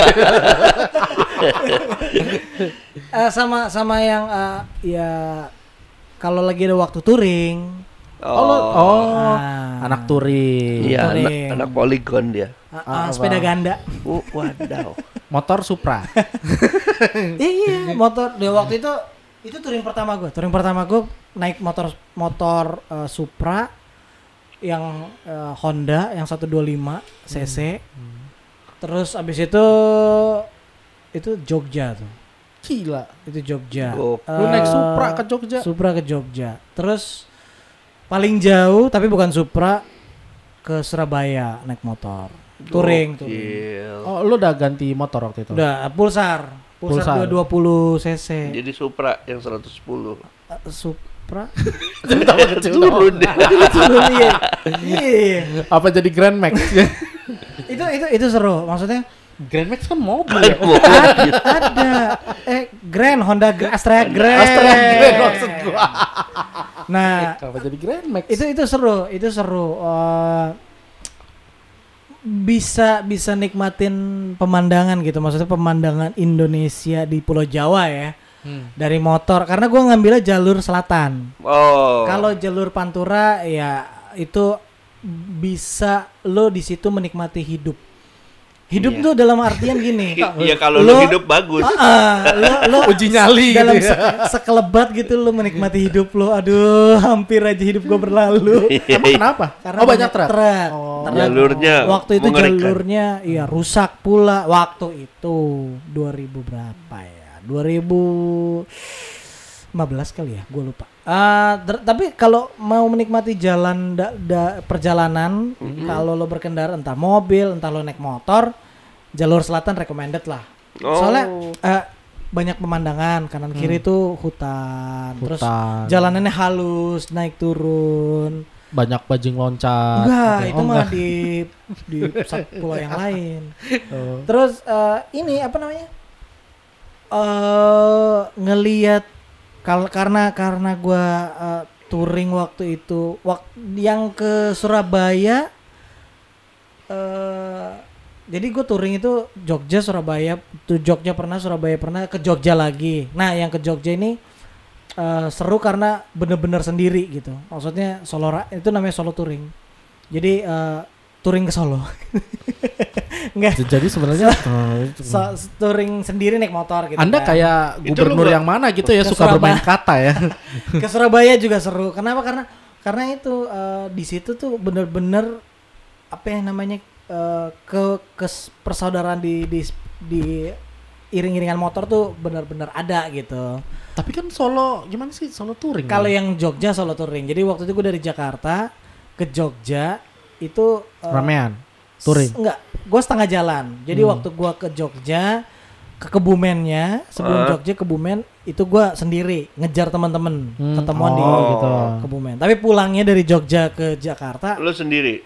Eh, sama sama yang uh, ya kalau lagi ada waktu touring. Oh, lo- oh, Ah. anak touring. Iya, anak, touring. anak poligon dia. Uh, uh, Ah, sepeda apa? ganda. Oh, wadaw. Motor Supra. Iya, motor di waktu itu itu touring pertama gue. Touring pertama gue naik motor motor uh, Supra yang uh, Honda yang seratus dua puluh lima cc. Terus abis itu itu Jogja tuh. Gila. Itu Jogja. Gokil. Lu naik Eh, Supra ke Jogja. Supra ke Jogja. Terus paling jauh tapi bukan Supra ke Surabaya naik motor. Touring, touring. Gokil. Oh, lu udah ganti motor waktu itu? Udah Pulsar. Pulsar. Pulsar dua ratus dua puluh cc. Jadi Supra yang seratus sepuluh. Uh, Supra. Turun deh. Turun, iya. Iya. Apa jadi Grand Max? itu itu itu seru, maksudnya Grand Max kan mobil ya? Mobil. Ada. Eh, Grand Honda Gra- Astrea Grand. Astrea Grand maksud gua. Nah, Kenapa jadi Grand Max? itu itu seru, itu seru. Eh, bisa bisa nikmatin pemandangan gitu, maksudnya pemandangan Indonesia di Pulau Jawa ya. Hmm. Dari motor, karena gue ngambilnya jalur selatan. Oh. Kalau jalur Pantura ya itu bisa lo di situ menikmati hidup. Hidup Iya. tuh dalam artian gini. Iya kalau Lo- lu hidup bagus. Uh, uh, lo, lo Uji nyali dalam gitu ya. se- sekelebat gitu lo menikmati hidup lo. Aduh, hampir aja hidup gue berlalu. Emang kenapa? Karena oh banyak truk. truk. Oh. Truk. Jalurnya Waktu itu mengerikan. jalurnya iya rusak pula. Waktu itu dua ribu berapa ya? dua ribu lima belas kali ya, gue lupa. Uh, ter- tapi kalau mau menikmati jalan da- da- perjalanan, Mm-hmm. kalau lo berkendara entah mobil, entah lo naik motor, jalur selatan recommended lah. Oh. Soalnya uh, banyak pemandangan kanan kiri tuh hutan, terus Hutan. jalanannya halus, naik turun. Banyak bajing loncat. Enggak, gitu. itu Oh, mah enggak. di di pusat pulau yang lain. Oh. Terus uh, ini apa namanya? Eh ngelihat kal karena karena gua uh, touring waktu itu, wak yang ke Surabaya. eh jadi gue touring itu Jogja, Surabaya, tuh Jogja pernah, Surabaya pernah, ke Jogja lagi. Nah, yang ke Jogja ini uh, seru karena bener-bener sendiri gitu. Maksudnya solo ra- itu namanya solo touring. Jadi uh, touring ke Solo. Enggak. Jadi sebenarnya oh, itu. So, touring sendiri naik motor gitu. Anda kan. kayak Itu gubernur lu yang mana gitu ya, Ke suka bermain Surabaya. kata ya. Ke Surabaya juga seru. Kenapa? Karena karena itu uh, di situ tuh bener-bener apa yang namanya uh, ke ke persaudaraan di di di iring-iringan motor tuh bener-bener ada gitu. Tapi kan Solo gimana sih Solo touring? Kalau ya? yang Jogja solo touring. Jadi waktu itu gue dari Jakarta ke Jogja itu uh, ramean touring. S- enggak, gue setengah jalan. Jadi Hmm. waktu gue ke Jogja, ke Kebumennya, sebelum Uh. Jogja Kebumen itu gue sendiri ngejar teman-teman, Hmm. ketemuan di Oh, gitu. Kebumen. Tapi pulangnya dari Jogja ke Jakarta, Lu sendiri.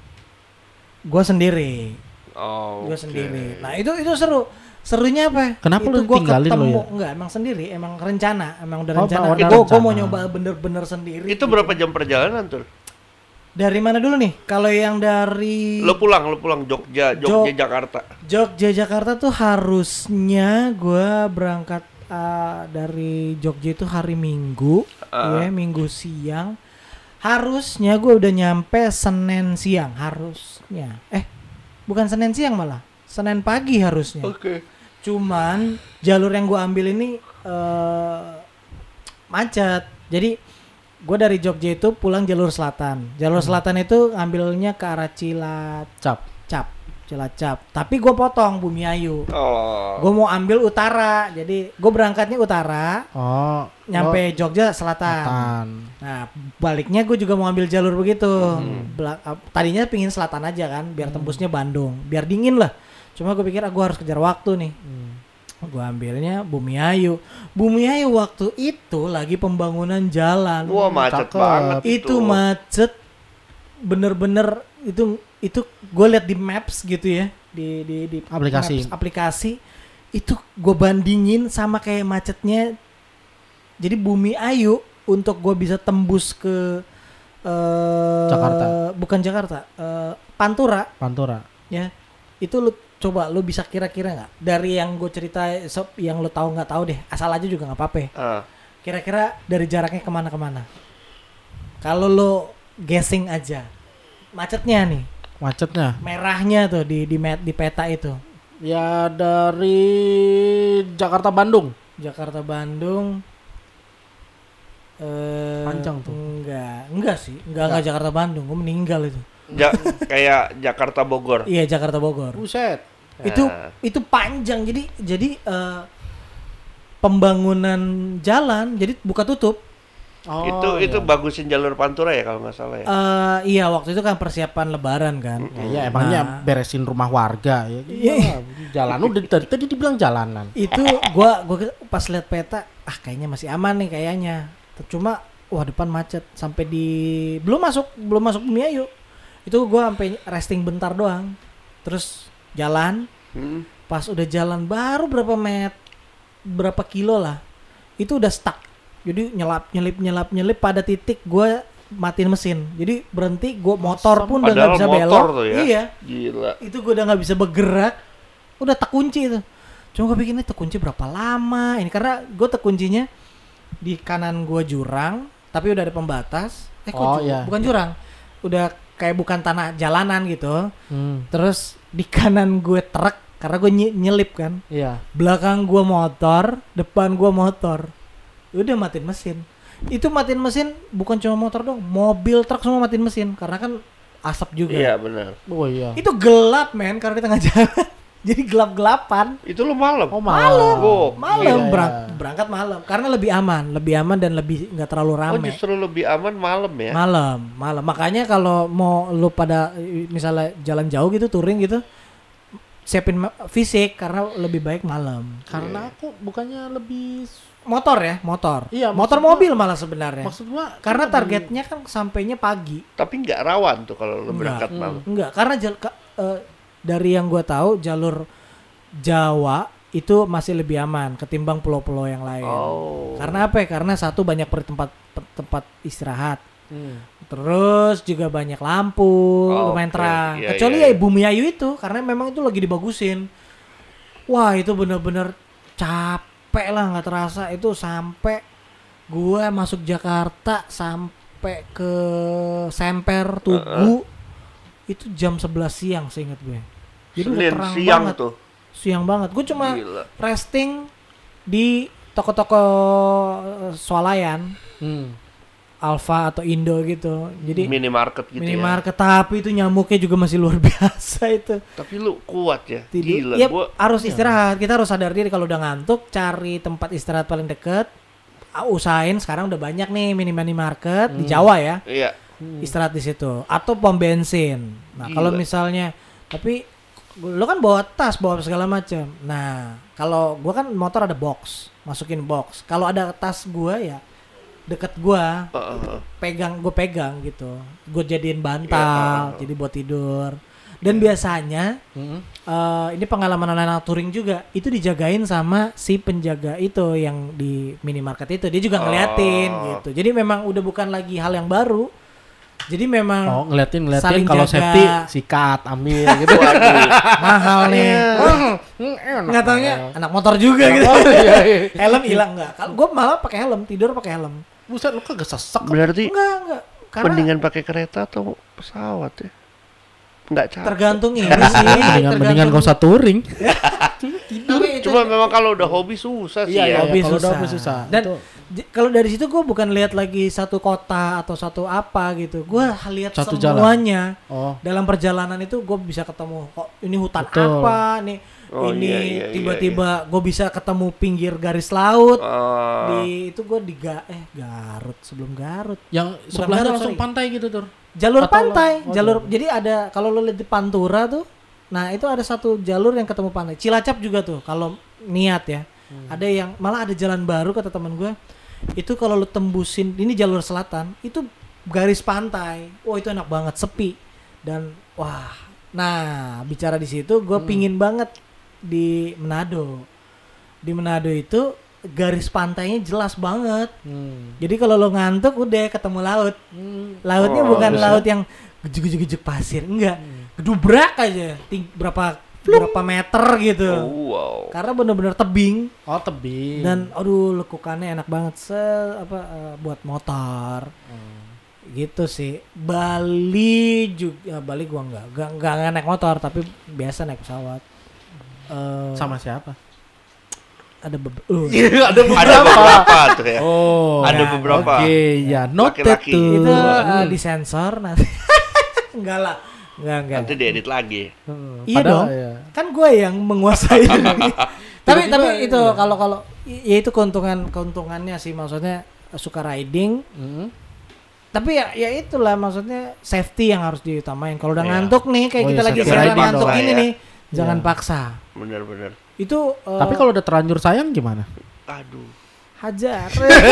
gue sendiri, Oh. gue oke. sendiri. Nah itu itu seru. Serunya apa? Kenapa itu lu gua tinggalin ketemu, lu ya? Enggak, emang sendiri, emang rencana, emang udah Oh, rencana. udah Gue gue mau rencana. nyoba bener-bener sendiri. Itu berapa jam perjalanan tuh? Dari mana dulu nih? Kalau yang dari Lu pulang, lu pulang Jogja, Jogja Jog- Jakarta. Jogja Jakarta tuh harusnya gue berangkat uh, dari Jogja itu hari Minggu, Ah. ya Minggu siang. Harusnya gue udah nyampe Senin siang, harusnya. Eh, bukan Senin siang malah, Senin pagi harusnya. Oke. Cuman jalur yang gue ambil ini uh, macet. Jadi gue dari Jogja itu pulang jalur selatan. Jalur selatan itu ambilnya ke arah Cilacap. Cap. Cilacap. Tapi gue potong Bumiayu. Oh. Gue mau ambil utara. Jadi gue berangkatnya utara, Oh, nyampe oh, Jogja selatan. selatan. Nah baliknya gue juga mau ambil jalur begitu. Hmm. Bela- uh, tadinya pingin selatan aja kan, biar tembusnya Bandung, biar dingin lah. Cuma gue pikir ah, gue harus kejar waktu nih. Hmm. Gue ambilnya Bumiayu. Bumiayu waktu itu lagi pembangunan jalan. Wah, macet Cakep. banget Itu macet bener-bener, itu itu gue lihat di maps gitu ya, di di di Aplikasi. maps, aplikasi itu gue bandingin sama kayak macetnya. Jadi Bumiayu untuk gue bisa tembus ke eh, Jakarta. bukan Jakarta, eh, Pantura Pantura. ya, itu lu coba lu bisa kira-kira nggak dari yang gue cerita, sob, yang lu tahu nggak tahu deh, asal aja juga nggak apa-apa. Ah. Kira-kira dari jaraknya kemana-kemana? Kalau lo guessing aja, macetnya nih, Macetnya. merahnya tuh di di met, di peta itu. Ya dari Jakarta Bandung. Jakarta Bandung. Eh, Panjang tuh. Enggak, enggak sih, enggak enggak Jakarta Bandung, gue meninggal itu. Ja- kayak Jakarta Bogor. Iya Jakarta Bogor. Buset. Itu Nah. itu panjang, jadi jadi eh, pembangunan jalan, jadi buka tutup. Oh, itu iya. itu bagusin jalur Pantura ya kalau nggak salah ya. Eh iya waktu itu kan persiapan Lebaran kan. Ya, ya emangnya Nah. beresin rumah warga ya. Iya. Iya. Jalan udah tadi tadi dibilang jalanan. Itu gua gua ke- pas lihat peta, ah kayaknya masih aman nih kayaknya. Cuma wah depan macet sampai di belum masuk belum masuk Bumiayu. Itu gua sampai resting bentar doang. Terus jalan Hmm. Pas udah jalan baru berapa met, berapa kilo lah, itu udah stuck. Jadi nyelap, nyelip, nyelap, nyelip pada titik gue matiin mesin. Jadi berhenti, gue motor pun udah nggak bisa belok. Tuh ya? Iya. Gila. Itu gue udah nggak bisa bergerak, udah terkunci itu. Cuma gue pikirnya terkunci berapa lama ini, karena gue terkuncinya di kanan gue jurang, tapi udah ada pembatas. Eh kok Oh, ju- iya. bukan jurang, udah kayak bukan tanah jalanan gitu. Hmm. Terus di kanan gue truk, karena gue ny- nyelip kan. Iya. Belakang gue motor, depan gue motor. Udah matiin mesin. Itu matiin mesin bukan cuma motor dong, mobil, truk semua matiin mesin karena kan asap juga. Iya benar. Oh iya. Itu gelap men, karena di tengah jalan. Jadi gelap-gelapan. Itu lo malam. Oh malam. Oh, Malam iya, berang- iya. berangkat malam karena lebih aman, lebih aman dan lebih nggak terlalu Oh rame. justru lebih aman malam ya. Malam, malam. Makanya kalau mau lu pada misalnya jalan jauh gitu, touring gitu, siapin ma- fisik karena lebih baik malam. Karena aku bukannya lebih Motor ya, motor. Iya, motor maksud mobil malah sebenarnya. maksud gua Karena lebih- targetnya kan sampainya pagi. Tapi nggak rawan tuh kalau lo berangkat Hmm. malam. Enggak, karena jal- ka- eh, dari yang gua tahu jalur Jawa itu masih lebih aman ketimbang pulau-pulau yang lain. Oh. Karena apa ya? Karena satu banyak per- tempat per- tempat istirahat. Hmm. Terus juga banyak lampu, Oh, lumayan oke. terang. Iya, Kecuali iya, ya iya. Bumi Ayu itu karena memang itu lagi dibagusin. Wah, itu bener-bener capek lah, nggak terasa itu sampai gue masuk Jakarta sampai ke Semper Tugu itu jam sebelas siang seingat gue. Jadi udah Senin terang siang banget. tuh. Siang banget. Gue cuma Gila. resting di toko-toko eh, swalayan. Hmm. Alfa atau Indo gitu. Jadi Minimarket gitu minimarket, tapi itu nyamuknya juga masih luar biasa itu. ya. Tapi lu kuat ya. Tidur. Gila Yep, gua. harus istirahat. Kita harus sadar diri kalau udah ngantuk, cari tempat istirahat paling deket. Ah, Usahain sekarang udah banyak nih mini minimarket di Jawa ya. Iya. Istirahat di situ atau pom bensin. Nah, Gila. kalau misalnya tapi lo kan bawa tas, bawa segala macam. Nah, kalau gua kan motor ada box, masukin box. Kalau ada tas gua ya deket gua, Heeh. pegang gue pegang gitu, gue jadiin bantal Iya. jadi buat tidur. Dan biasanya Hmm. eh, ini pengalaman anak-anak touring juga itu dijagain sama si penjaga itu yang di minimarket itu, dia juga ngeliatin Oh. gitu. Jadi memang udah bukan lagi hal yang baru, jadi memang Oh ngeliatin ngeliatin saling kalau jaga. safety sikat ambil gitu. Waduh. mahal nih. Nggak taunya anak motor juga gitu. Oh, iya, iya. Helm hilang nggak? Kalau gue malah pakai helm, tidur pakai helm. Buset lu kagak sesek. Berarti Enggak enggak. Karena mendingan pakai kereta atau pesawat ya? Enggak capek. tergantung ini sih. Mendingan mendingan gak usah touring. Tapi itu- Cuma memang kalau udah hobi susah sih Iya, ya. iya. hobi kalau susah. udah hobi susah. Dan Itu- j- kalau dari situ gue bukan lihat lagi satu kota atau satu apa gitu. Gue lihat Satu jalan. semuanya. Oh. Dalam perjalanan itu gue bisa ketemu kok ini hutan Betul. apa nih. Oh, ini iya, iya, tiba-tiba gue bisa ketemu pinggir garis laut. Ah, Di itu gue di Ga- eh Garut sebelum Garut. Yang Bukan sebelahnya Garut, langsung sorry. pantai gitu tur. Jalur Atau pantai, lo- oh, jalur. jalur. Jadi ada kalau lo lihat di Pantura tuh, nah itu ada satu jalur yang ketemu pantai. Cilacap juga tuh kalau niat ya. Hmm. Ada yang malah ada jalan baru kata teman gue. Itu kalau lo tembusin ini jalur selatan, itu garis pantai. Wah, itu enak banget, sepi. Dan wah. Nah, bicara di situ gue Hmm. pingin banget di Manado. Di Manado itu garis pantainya jelas banget. Hmm. Jadi kalau lo ngantuk udah ketemu laut. Hmm. Lautnya Oh, bukan bagus laut yang gejek-gejek pasir, enggak. Gedubrak aja, ting- berapa berapa meter gitu. oh, wow. Karena bener-bener tebing Oh tebing. dan aduh lekukannya enak banget se apa eh, buat motor. Gitu sih. Bali juga Bali gua enggak, enggak, enggak, enggak naik motor tapi biasa naik pesawat. Eh, Sama siapa? ada bebe- uh, ada Ada beberapa tuh ya. Oh. Ada Nah, beberapa. Oke, ya noted Laki-laki. tuh. itu eh, Hmm. disensor nanti. Enggak lah. Enggak, enggak. Nanti diedit lagi. Hmm. Iya Padahal, dong. ya. Kan gue yang menguasai ini. tapi Tiba-tiba, tapi itu iya. kalau kalau ya itu keuntungan keuntungannya sih, maksudnya suka riding. Hmm. Tapi ya ya itulah maksudnya safety yang harus diutamain. Kalau udah Iya. ngantuk nih kayak Oh kita iya, lagi safety siaran riding ngantuk dong. ini Iya. nih, jangan Iya. paksa. Bener-bener. Itu eh, Tapi kalau udah terlanjur sayang gimana? Aduh. hajar.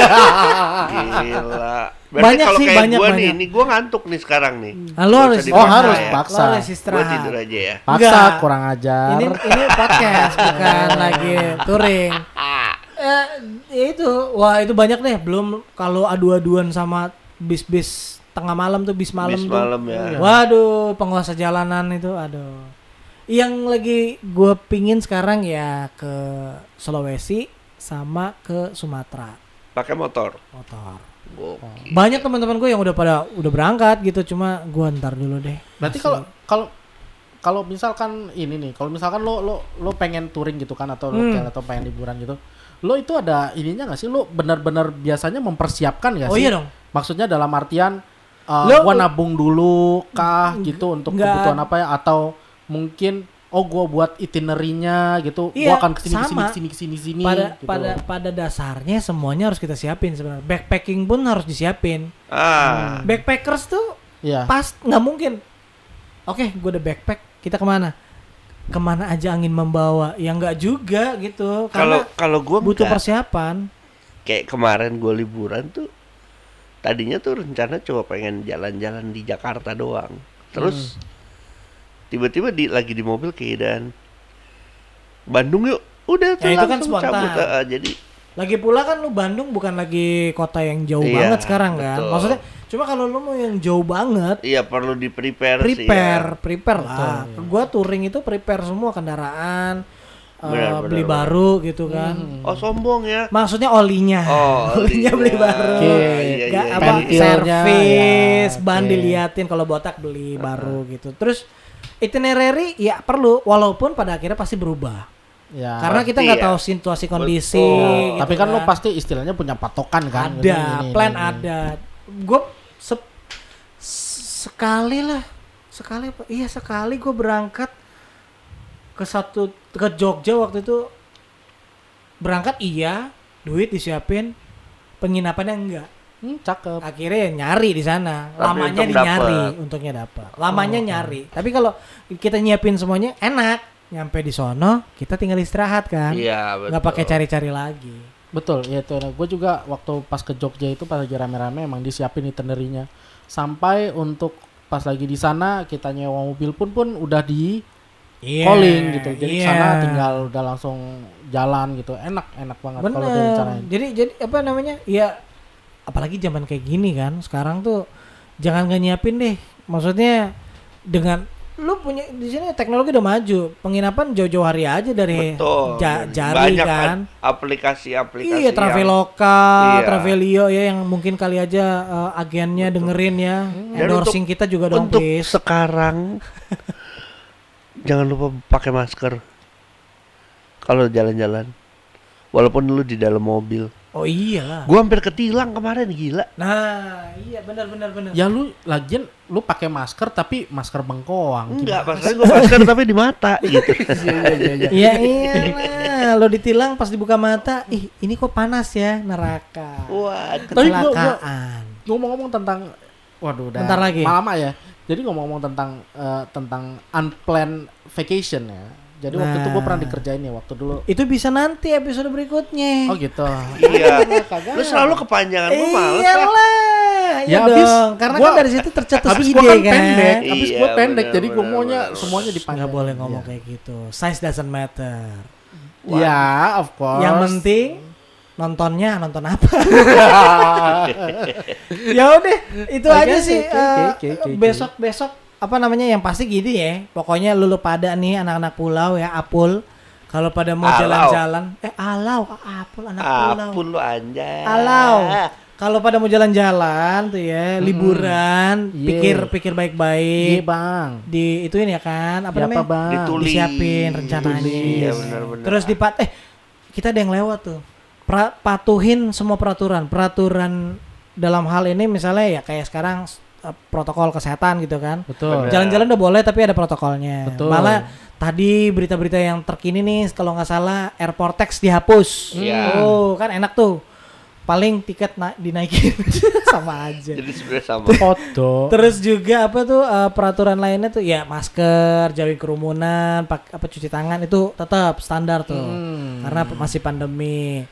Gila. Berarti Banyak kalau sih, kayak banyak, gua banyak. nih, ini gua ngantuk nih sekarang nih. Ah, lu Nggak harus- usah Oh dipaksa harus ya. paksa. Lo harus Gua istirahat. tidur aja ya. Paksa Enggak. kurang ajar. Ini ini podcast bukan lagi touring. Eh, ya itu, wah itu banyak deh. Belum kalau adu-aduan sama bis-bis tengah malam tuh, bis malam Bis tuh. malam ya. Waduh, penguasa jalanan itu, aduh. Yang lagi gue pingin sekarang ya ke Sulawesi sama ke Sumatera Pakai motor. motor. Gokil. Banyak teman-teman gue yang udah pada udah berangkat gitu, cuma gue ntar dulu deh. Berarti Masih- kalau kalau kalau misalkan ini nih, kalau misalkan lo lo lo pengen touring gitu kan atau lo Hmm. kayak- atau pengen liburan gitu, lo itu ada ininya nggak sih? Lo benar-benar biasanya mempersiapkan nggak Oh sih? iya dong. Maksudnya dalam artian uh, Lo- gua nabung dulu kah gitu untuk Nggak. kebutuhan apa ya, atau mungkin oh gua buat itinerary-nya gitu, Iya, gua akan kesini kesini sama. kesini kesini sini Pada gitu. pada pada dasarnya semuanya harus kita siapin sebenarnya. Backpacking pun harus disiapin. Ah. Backpackers tuh Iya. pas nggak mungkin. Oke, gue udah backpack. Kita kemana? Kemana aja angin membawa? Ya nggak juga gitu. Kalau Karena kalau gua butuh enggak. persiapan. Kayak kemarin gue liburan tuh, tadinya tuh rencana coba pengen jalan-jalan di Jakarta doang. Terus tiba-tiba di lagi di mobil keidan Bandung yuk, udah tuh Ya, itu kan langsung spontan. cabut. Ah, jadi Lagi pula kan lu Bandung bukan lagi kota yang jauh Iya, banget sekarang kan. betul. Maksudnya cuma kalau lu mau yang jauh banget, iya perlu di prepare sih prepare, ya. prepare lah. Betul, iya. Gua touring itu prepare semua kendaraan, eh, Benar, beli benar, baru gitu kan. Hmm. Oh sombong ya. Maksudnya olinya. Oh, olinya beli iya. baru. Oke. Iya, Gak iya, apa iya. Pentilnya, servis, ya, ban oke. diliatin, kalau botak beli baru gitu. Terus itinerary ya perlu, walaupun pada akhirnya pasti berubah. Ya. Karena kita pasti nggak ya. tahu situasi kondisi. Betul. gitu tapi kan lo kan. pasti istilahnya punya patokan kan. ada, Ini, ini, plan ini. ada. Gue se- sekali lah, sekali apa? Iya sekali gue berangkat ke satu ke Jogja waktu itu, berangkat iya, duit disiapin, penginapannya enggak. Hmm, cakep. Akhirnya ya nyari di sana, Tapi lamanya untung dinyari, dapet. untungnya dapat. Lamanya Oh. nyari. Tapi kalau kita nyiapin semuanya enak, nyampe di sono kita tinggal istirahat kan, Iya betul. nggak pakai cari-cari lagi. Betul, ya itu. Gue juga waktu pas ke Jogja itu pas lagi rame-rame emang disiapin itinerary-nya. Sampai untuk pas lagi di sana kita nyewa mobil pun pun udah di Iya, calling gitu. Jadi iya. sana tinggal udah langsung jalan gitu. Enak, enak banget kalau Bener. direncanain. Jadi jadi apa namanya? Ya apalagi zaman kayak gini kan. Sekarang tuh jangan nggak nyiapin deh. Maksudnya dengan lu punya di sini teknologi udah maju. Penginapan jauh-jauh hari aja dari Betul. ja- Dan jari banyak kan. aplikasi-aplikasi Iya, yang- Traveloka, Iya. Travelio ya yang mungkin kali aja eh, agennya dengerin ya. Dan Endorsing kita juga dong untuk please. sekarang jangan lupa pakai masker kalau jalan-jalan, walaupun lu di dalam mobil. Oh iyalah. Gua hampir ketilang kemarin, gila. Nah, iya benar benar benar. Ya lu lagian lu pakai masker tapi masker bengkoang. Enggak, maksudnya gua masker tapi di mata gitu. Iya iya lah, lo ditilang pas dibuka mata, ih ini kok panas ya, neraka. Wah, Tapi gua- gua- Kecelakaan. Ngomong-ngomong tentang waduh udah Bentar lagi. lama ya. Jadi ngomong-ngomong tentang eh, tentang unplanned vacation ya. Jadi waktu itu gue Nah. pernah dikerjain ya waktu dulu. Itu bisa nanti episode berikutnya. Oh gitu. iya. Kagak. Lu selalu kepanjangan, gua males lah. Iyalah, iya Ya, habis dong. Karena gua- kan dari situ tercetus Habis ide gue kan kan. pendek, habis gue Iya, pendek, benar, jadi gue benar, maunya benar, semuanya benar. dipanjang. Nggak boleh ngomong Iya. kayak gitu. Size doesn't matter. Ya, of course. Yang penting nontonnya nonton apa? Ya udah, itu Oke, aja oke, sih. oke, eh, oke, oke, oke. besok besok apa namanya yang pasti gini ya. Pokoknya lu, lu pada nih anak-anak pulau ya, Apul. Kalau pada mau Alau. jalan-jalan, eh alau, Apul anak pulau. Apun lu anjay. Alau. Kalau pada mau jalan-jalan tuh ya, liburan, Iya. pikir-pikir Iya baik-baik. bang. Di ituin ya kan, apa Iya, namanya? apa, Bang? Ditulis. Disiapin rencananya. Ditulis. Iya, benar-benar. Terus dipat eh kita ada yang lewat tuh. Pra, patuhin semua peraturan. Peraturan dalam hal ini misalnya ya kayak sekarang eh, protokol kesehatan gitu kan. Betul. Benar. Jalan-jalan udah boleh tapi ada protokolnya. Betul. Malah tadi berita-berita yang terkini nih kalau nggak salah airport tax dihapus. Iya. Oh, kan enak tuh. Paling tiket na- dinaikin sama aja. Jadi sebenarnya sama. Foto. Terus juga apa tuh eh, peraturan lainnya tuh ya masker, jauhi kerumunan, pak apa cuci tangan itu tetap standar tuh. Hmm. Karena p- masih pandemi.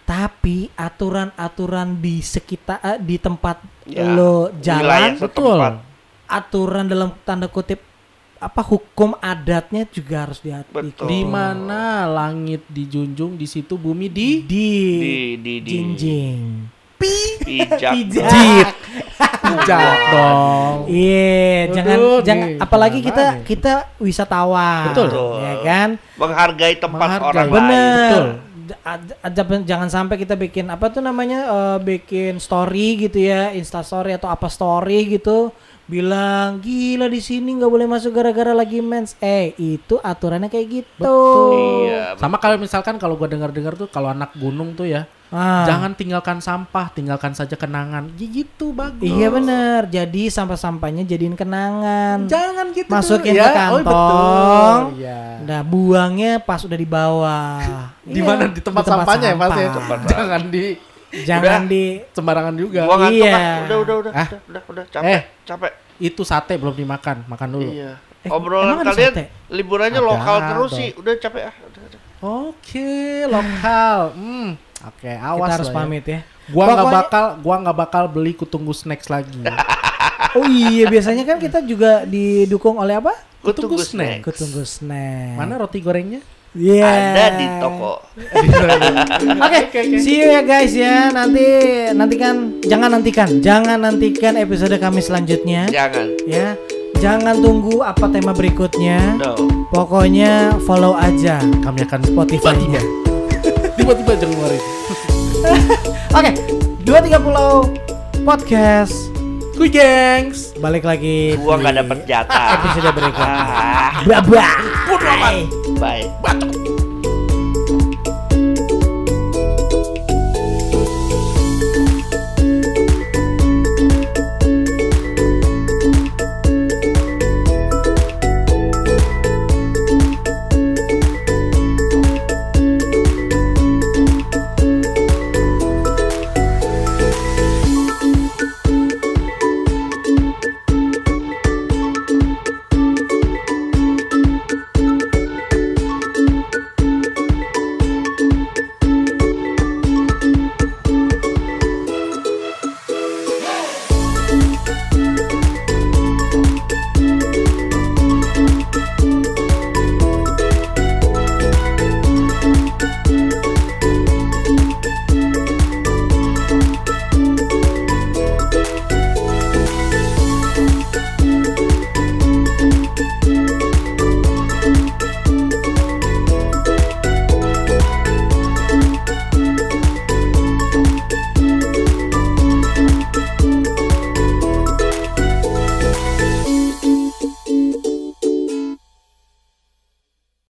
Tapi aturan-aturan di sekitar uh, di tempat Ya, lo wilayah jalan, setempat. aturan dalam tanda kutip apa hukum adatnya juga harus diatur. Betul. Di mana langit dijunjung, di situ bumi di Di, Di di di jinjing. pijak. Pijak. Jip. Pijak dong. Iya, Aduh, jangan nih, jangan apalagi gimana kita nih? kita wisatawan. Betul. Ya kan? Menghargai tempat Menghargai. orang lain. Bener. Betul. Ad- ad- jangan sampai kita bikin apa tuh namanya eh, bikin story gitu ya, Insta story atau apa story gitu, bilang gila di sini nggak boleh masuk gara-gara lagi mens. Eh itu aturannya kayak gitu. Betul. Iya, Sama kalau misalkan kalau gua dengar-dengar tuh kalau anak gunung tuh ya, Ah. jangan tinggalkan sampah, tinggalkan saja kenangan. Gitu bagus. Iya bener. Jadi sampah-sampahnya jadiin kenangan. Jangan gitu. Masukin tuh, ke ya. kantong. Oh, betul. Iya. Nah buangnya pas udah di bawah. Di Iya, mana di tempat, sampahnya ya Mas ya. sampah. Jangan di Jangan Udah. di sembarangan juga. Gua ngantuk Iya. ah. Udah udah udah, Ah. udah udah udah capek Eh. capek. Itu sate belum dimakan, makan dulu. Iya. Eh, Obrolan emang ada kalian sate? liburannya Ada lokal terus dong. sih. Udah capek ah. Udah, udah. Oke, lokal. Hmm. Oke, awas kita harus lo ya. pamit ya. Gua nggak Pokoknya- bakal, gua nggak bakal beli kutunggu snacks lagi. Oh iya biasanya kan kita juga didukung oleh apa? Kutunggu Kutunggu snack. snack. Kutunggu snack. Mana roti gorengnya? Iya. Ada di toko. Oke, see you ya guys ya. Nanti nantikan, jangan nantikan, jangan nantikan episode kami selanjutnya Jangan. ya. Jangan tunggu apa tema berikutnya. No. Pokoknya follow aja. Kami akan Spotify-nya. tiba-tiba jangan ngeluarin. Oke, dua tiga pulau podcast Kuy gengs. balik lagi. Gua di nggak dapet jatah. episode berikutnya. Ah, Bye bye. bye.